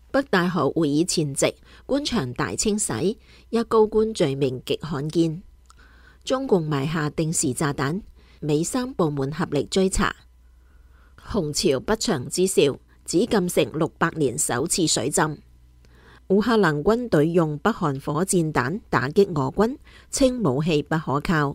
北大河會議前夕，官場大清洗，一高官罪名極罕見。中共埋下定時炸彈，美三部門合力追查。紅潮不祥之兆，紫禁城600年首次水浸。烏克蘭軍隊用北韓火箭彈打擊俄軍，稱武器不可靠。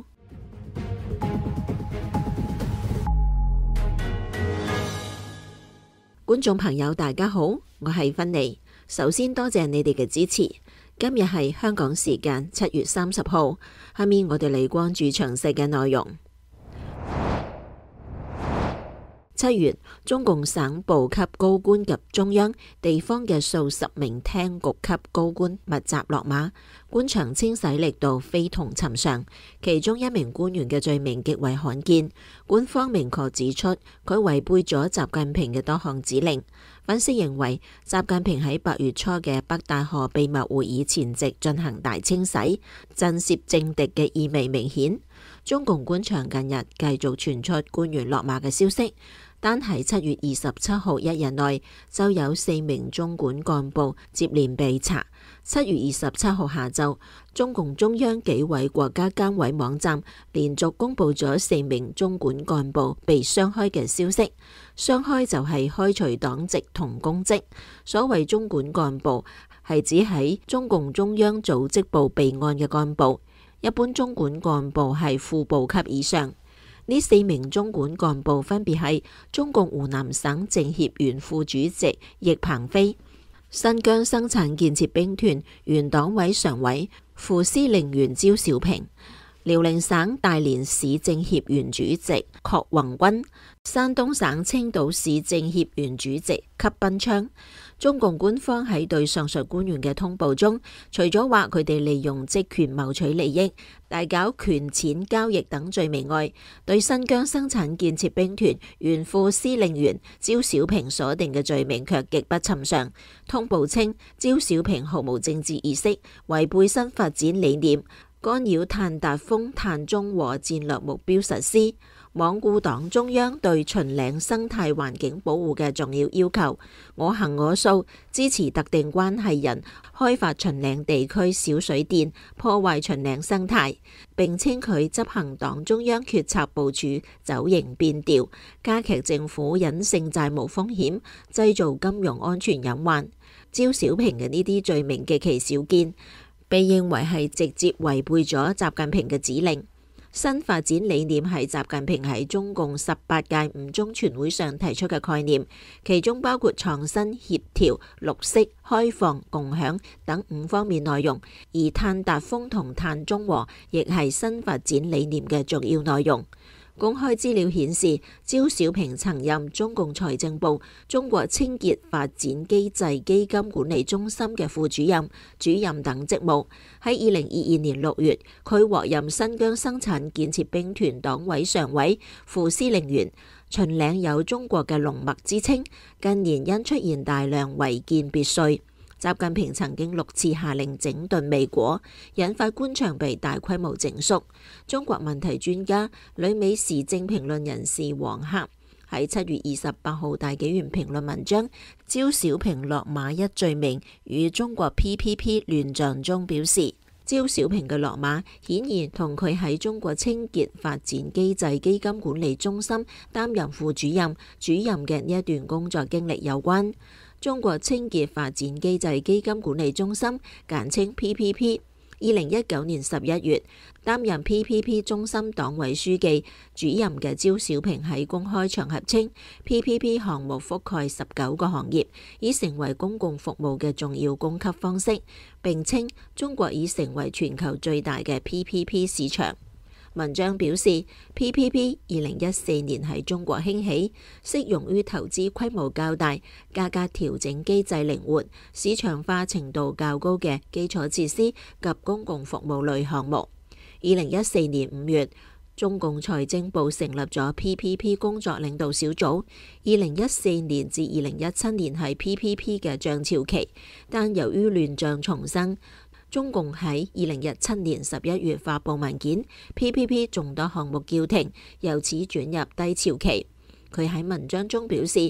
觀眾朋友大家好，我係芬妮。首先多謝你哋嘅支持。今日係香港時間7月30號，下面我哋嚟關注詳細嘅內容。7月，中共省部級高官及中央、地方嘅數十名廳局級高官密集落馬，官場清洗力度非同尋常。其中一名官員嘅罪名極為罕見，官方明確指出佢違背咗習近平嘅多項指令。分析認為，習近平喺8月初嘅北大河秘密會議前夕進行大清洗，震懾政敵嘅意味明顯。中共官場近日繼續傳出官員落馬嘅消息。單喺7月27號一日內，就有4名中管幹部接連被查。7月27號下晝，中共中央紀委國家監委網站連續公布咗4名中管幹部被雙開嘅消息。雙開就係開除黨籍同公職。所謂中管幹部係指喺中共中央組織部備案嘅幹部，一般中管幹部係副部級以上。呢4名中管幹部分別係中共湖南省政協原副主席易鵬飛、新疆生產建設兵團原黨委常委、副司令員焦小平、遼寧省大連市政協原主席郝宏軍、山東省青島市政協原主席級斌昌。中共官方喺對上述官員嘅通報中，除咗話佢哋利用職權謀取利益、大搞權錢交易等罪名外，對新疆生產建設兵團原副司令員焦小平所定嘅罪名卻極不尋常。通報稱，焦小平毫無政治意識，違背新發展理念，干擾碳達峰、碳中和戰略目標實施，罔顧黨中央對秦嶺生態環境保護嘅重要要求，我行我素，支持特定關係人開發秦嶺地區小水電，破壞秦嶺生態。並稱佢執行黨中央決策部署走形變調，加劇政府隱性債務風險，製造金融安全隱患。焦小平嘅呢啲罪名極其少見，被認為係直接違背咗習近平嘅指令。新發展理念係習近平喺中共18屆五中全會上提出嘅概念，其中包括創新、協調、綠色、開放、共享等5方面內容，而碳達峰同碳中和亦係新發展理念嘅重要內容。公開資料顯示，焦小平曾任中共財政部中國清潔發展機制基金管理中心嘅副主任、主任等職務。喺2022年6月，佢獲任新疆生產建設兵團黨委常委、副司令員。秦嶺有中國嘅龍脈之稱，近年因出現大量違建別墅。習近平曾經6次下令整頓未果，引發官場被大規模整肅。中國問題專家、旅美時政評論人士黃克喺7月28號大紀元評論文章《焦小平落馬一罪名與中國 PPP 亂象》中表示，焦小平嘅落馬顯然同佢喺中國清潔發展機制基金管理中心擔任副主任、主任嘅呢一段工作經歷有關。中國清潔發展機制基金管理中心簡稱 PPP， 2019年11月擔任 PPP 中心黨委書記、主任嘅焦小平喺公開場合稱 PPP 項目覆蓋19個行業，已成為公共服務嘅重要供給方式，並稱中國已成為全球最大嘅 PPP 市場。文章表示 ，PPP 2014年喺中國興起，適用於投資規模較大、價格調整機制靈活、市場化程度較高嘅基礎設施及公共服務類項目。2014年5月，中共財政部成立咗 PPP 工作領導小組。2014年至2017年係 PPP 嘅漲潮期，但由於亂象叢生，中共喺2017年11月發布文件 ，PPP 眾多項目叫停，由此轉入低潮期。佢喺文章中表示，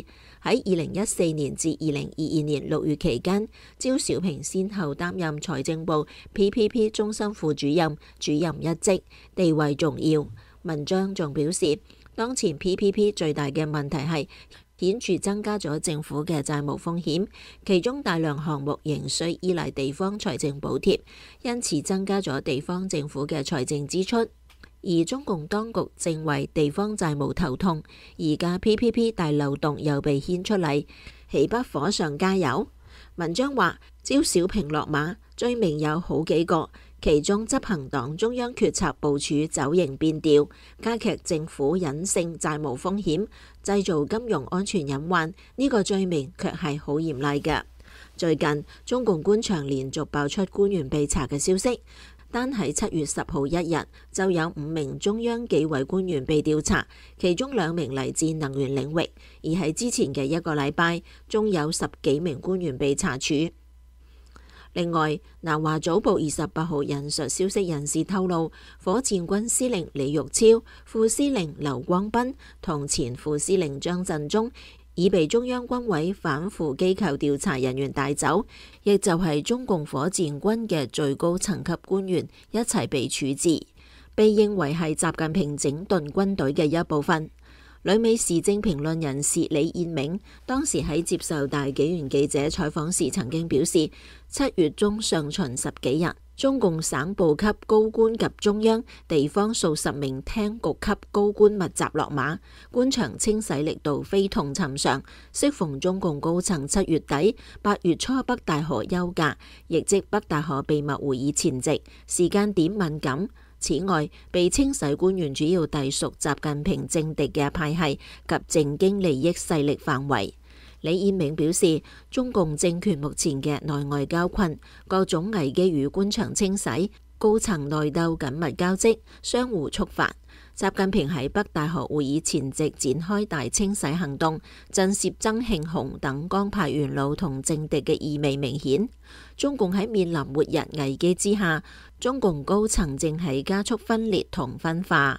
喺2014年至2022年6月期間，趙小平先後擔任財政部 PPP 中心副主任、主任一職，地位重要。文章仲表示，當前 PPP 最大嘅問題係顯著增加咗政府嘅債務風險，其中大量項目仍需依賴地方財政補貼，因此增加咗地方政府嘅財政支出。而中共當局正為地方債務頭痛，而家 PPP 大漏洞又被掀出嚟，豈不火上加油？文章話，趙小平落馬，罪名有好幾個，其中執行黨中央決策部署走形變調，加劇政府隱性債務風險，製造金融安全隱患，呢個罪名卻係好嚴厲嘅。最近中共官場連續爆出官員被查嘅消息。單喺7月10號一日，就有5名中央紀委官員被調查，其中2名嚟自能源領域；而喺之前嘅1個禮拜，仲有10幾名官員被查處。另外，南華早報28號引述消息人士透露，火箭軍司令李玉超、副司令劉光斌同前副司令張振中已被中央軍委反腐機構調查人員帶走，亦就係中共火箭軍嘅最高層級官員一齊被處置，被認為係習近平整頓軍隊嘅一部分。旅美時政評論人士李彥明當時喺接受大紀元記者採訪時曾經表示，7月中上旬10幾日，中共省部級高官及中央、地方數十名廳局級高官密集落馬，官場清洗力度非同尋常。適逢中共高層7月底、8月初北戴河休假，亦即北戴河秘密會議前夕，時間點敏感。此外，被清洗官員主要隸屬習近平政敵嘅派系及政經利益勢力範圍。李彥明表示，中共政權目前嘅內外交困，各種危機與官場清洗、高層內鬥緊密交織，相互觸發。習近平喺北戴河會議前夕展開大清洗行動，震懾曾慶紅等江派元老同政敵嘅意味明顯。中共喺面臨末日危機之下，中共高層正喺加速分裂同分化。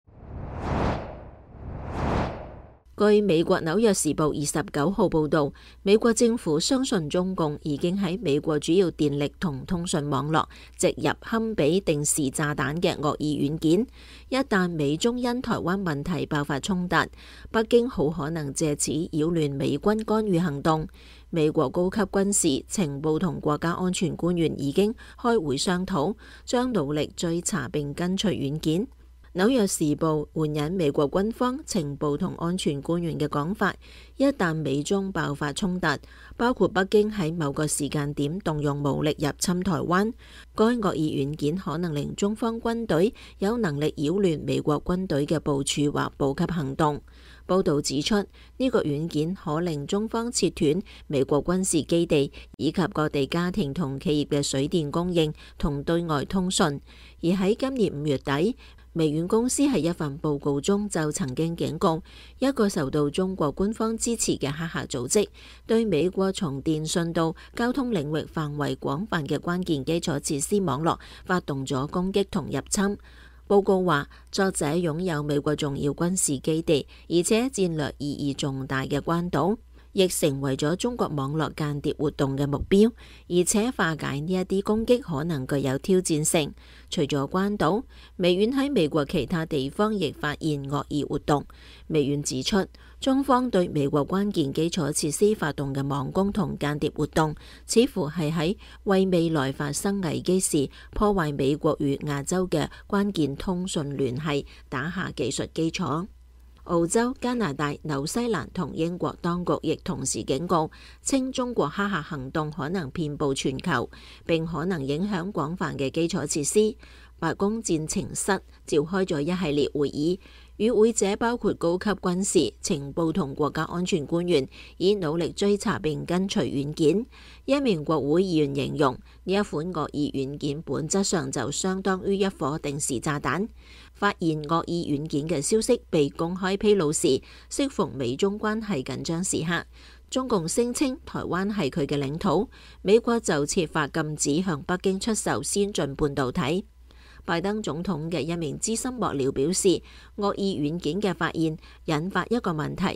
據美國紐約時報29號報導，美國政府相信中共已經喺美國主要電力同通訊網絡植入堪比定時炸彈嘅惡意軟件。一旦美中因台灣問題爆發衝突，北京好可能借此擾亂美軍干預行動。美國高級軍事、情報同國家安全官員已經開會商討，將努力追查並根除軟件。紐約時報援引美國軍方情報同安全官員嘅講法，一旦美中爆發衝突，包括北京喺某個時間點動用武力入侵台灣，該惡意軟件可能令中方軍隊有能力擾亂美國軍隊嘅部署或補給行動。報導指出，呢個軟件可令中方切斷美國軍事基地以及各地家庭同企業嘅水電供應同對外通訊。而喺今年5月底，微軟公司喺一份報告中就曾經警告，一個受到中國官方支持嘅黑客組織對美國從電信到交通領域範圍廣泛嘅關鍵基礎設施網絡發動咗攻擊同入侵。報告話，作者擁有美國重要軍事基地，而且戰略意義重大嘅關島，亦成為咗中國網絡間諜活動嘅目標，而且化解呢一啲攻擊可能具有挑戰性。除咗關島，微軟喺美國其他地方亦發現惡意活動。微軟指出，中方對美國關鍵基礎設施發動嘅網攻同間諜活動，似乎係喺為未來發生危機時破壞美國與亞洲嘅關鍵通訊聯繫打下技術基礎。澳洲、加拿大、紐西蘭同英國當局亦同時警告，稱中國黑客行動可能遍佈全球，並可能影響廣泛嘅基礎設施。白宮戰情室召開咗一系列會議，與會者包括高級軍事、情報同國家安全官員，以努力追查並根除軟件。一名國會議員形容呢一款惡意軟件本質上就相當於一顆定時炸彈。發現惡意軟件嘅消息被公開披露時，適逢美中關係緊張時刻。中共聲稱台灣係佢嘅領土，美國就設法禁止向北京出售先進半導體。拜登總統嘅一名資深幕僚表示，惡意軟件嘅發現引發一個問題：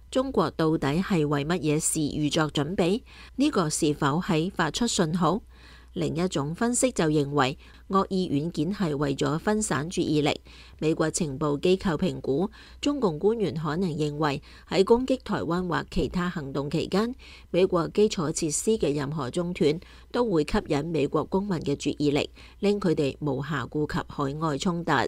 中國到底係為乜嘢事預作準備？呢個是否係發出信號？另一種分析就認為，惡意軟件係為咗分散注意力。美國情報機構評估，中共官員可能認為喺攻擊台灣或其他行動期間，美國基礎設施嘅任何中斷都會吸引美國公民嘅注意力，令佢哋無暇顧及海外衝突。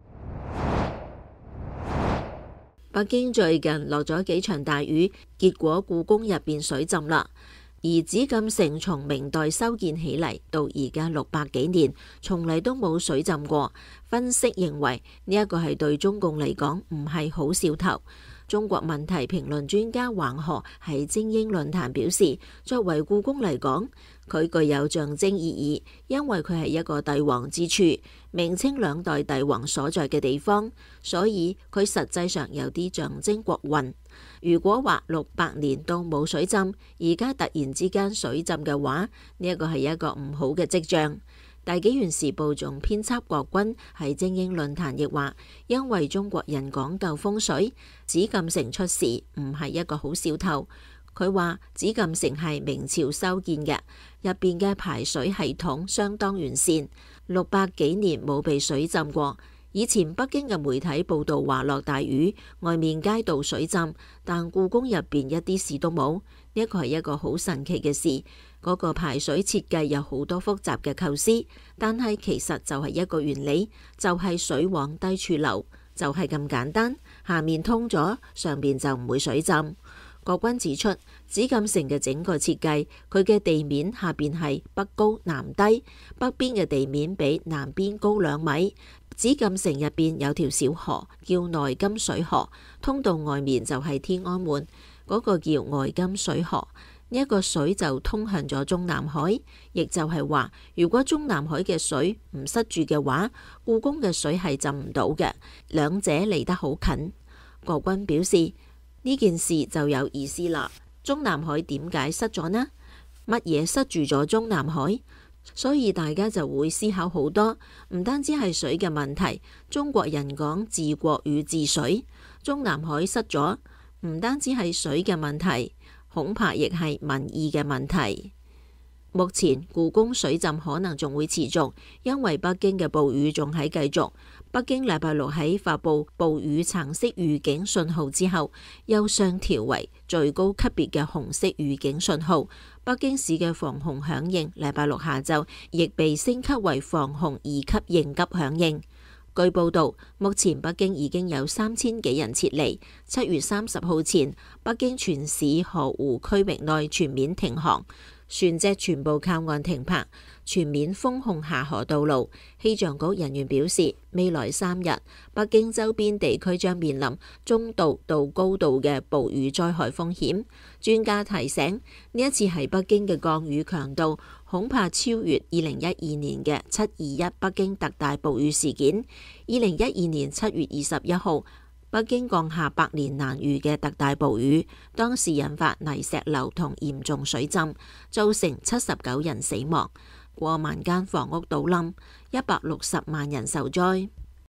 北京最近落咗幾場大雨，結果故宮入邊水浸啦。而紫禁城從明代修建起嚟到而家600幾年，從嚟都冇水浸過。分析認為呢一個係對中共嚟講唔係好兆頭。中國問題評論專家橫河喺精英論壇表示，作為故宮嚟講，佢具有象徵意義，因為佢係一個帝王之處，明清兩代帝王所在嘅地方，所以佢實際上有啲象徵國運。如果話600年都冇水浸，而家突然之間水浸嘅話，呢一個係一個唔好嘅跡象。大紀元時報總編輯郭軍喺精英論壇亦話，因為中國人講究風水，紫禁城出事唔係一個好兆頭。佢話紫禁城係明朝修建嘅，入邊嘅排水系統相當完善，600幾年冇被水浸過。以前北京嘅媒體報道話落大雨，外面街道水浸，但故宮入邊一啲事都冇。呢一個係一個好神奇嘅事。嗰個排水設計有好多複雜嘅構思，但係其實就係一個原理，就係水往低處流，就係咁簡單。下面通咗，上邊就唔會水浸。郭軍指出，紫禁城嘅整個設計，佢嘅地面下邊係北高南低，北邊嘅地面比南邊高2米。紫禁城入邊有條小河叫內金水河，通到外面就係天安門，嗰個叫外金水河。呢一個水就通向咗中南海，亦就係話，如果中南海嘅水唔塞住嘅話，故宮嘅水係浸唔到嘅，兩者離得好近。郭軍表示，呢件事就有意思啦。中南海點解塞咗呢？乜嘢塞住咗中南海？所以大家就會思考好多，唔單止係水嘅問題。中國人講治國與治水，中南海塞咗，唔單止係水嘅問題，恐怕亦係民意嘅問題。目前故宮水浸可能仲會持續，因為北京嘅暴雨仲喺繼續。北京禮拜6喺發布暴雨橙色預警信號之後，又上調為最高級別嘅紅色預警信號。北京市嘅防洪響應禮拜6下晝亦被升級為防洪2級應急響應。據報道，目前北京已經有3000幾人撤離。7月30號前，北京全市河湖區域內全面停航，船隻全部靠岸停泊，全面封控下河道路。氣象局人員表示，未來3日，北京周邊地區將面臨中度到高度嘅暴雨災害風險。專家提醒，呢一次係北京嘅降雨強度恐怕超越2012年嘅721北京特大暴雨事件。2012年7月21號，北京降下100年難遇嘅特大暴雨，當時引發泥石流同嚴重水浸，造成79人死亡，過萬間房屋倒冧，160萬人受災。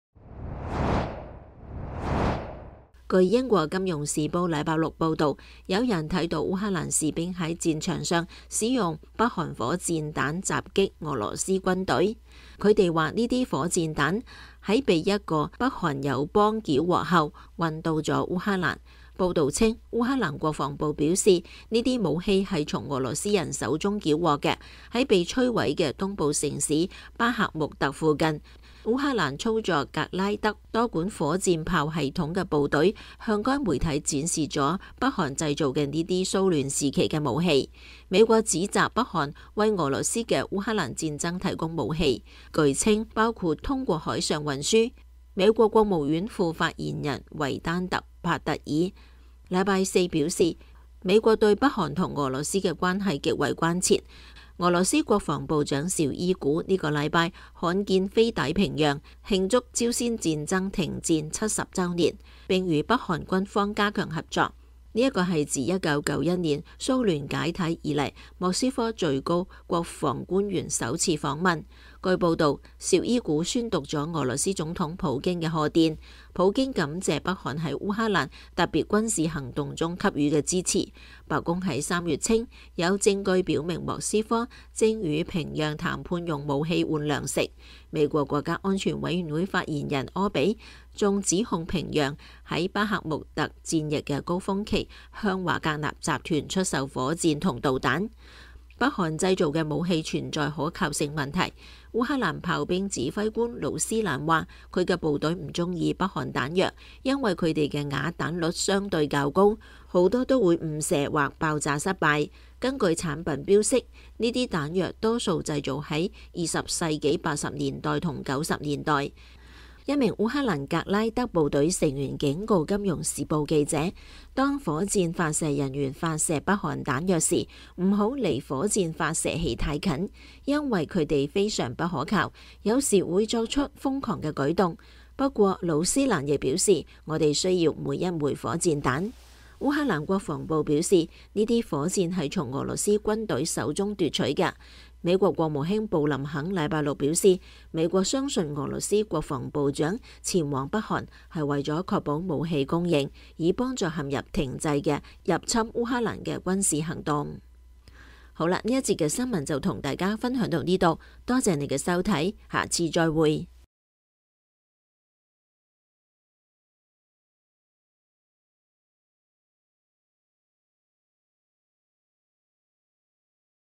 據英國金融時報禮拜6報導，有人睇到烏克蘭士兵喺戰場上使用北韓火箭彈襲擊俄羅斯軍隊。佢哋話呢啲火箭彈喺被一個北韓友邦繳獲後運到咗烏克蘭。報導稱，烏克蘭國防部表示，呢啲武器係從俄羅斯人手中繳獲嘅，喺被摧毀嘅東部城市巴赫穆特附近。烏克蘭操作格拉德多管火箭炮系統嘅部隊向該媒體展示咗北韓製造嘅呢啲蘇聯時期嘅武器。美國指責北韓為俄羅斯嘅烏克蘭戰爭提供武器，據稱包括通過海上運輸。美國國務院副發言人維丹特·帕特爾禮拜4表示，美國對北韓同俄羅斯嘅關係極為關切。俄羅斯國防部長紹伊古呢個禮拜罕見飛抵平壤，慶祝朝鮮戰爭停戰70週年，並與北韓軍方加強合作。呢一個係自1991年蘇聯解體以嚟莫斯科最高國防官員首次訪問。 據報導，紹伊古宣讀咗俄羅斯總統普京嘅賀電，普京感謝北韓喺烏克蘭特別軍事行動中給予嘅支持。白宮喺3月稱，有證據表明莫斯科正與平壤談判用武器換糧食。美國國家安全委員會發言人柯比仲指控平壤喺巴赫穆特戰役嘅高峰期向華格納集團出售火箭同導彈。北韓製造嘅武器存在可靠性問題。烏克蘭炮兵指揮官盧斯蘭話：佢嘅部隊唔中意北韓彈藥，因為佢哋嘅啞彈率相對較高，好多都會誤射或爆炸失敗。根據產品標識，呢啲彈藥多數製造喺20世紀80年代同90年代。一名烏克蘭格拉德部隊成員警告《金融時報》記者，當火箭發射人員發射北韓彈藥時，唔好離火箭發射器太近，因為佢哋非常不可靠，有時會作出瘋狂嘅舉動。不過，魯斯蘭亦表示，我哋需要每一枚火箭彈。烏克蘭國防部表示，呢啲火箭係從俄羅斯軍隊手中奪取嘅。美國國務卿布林肯禮拜六表示，美國相信俄羅斯國防部長前往北韓係為咗確保武器供應，以幫助陷入停滯嘅入侵烏克蘭嘅軍事行動。好啦，呢一節嘅新聞就同大家分享到呢度，多謝你嘅收睇，下次再會。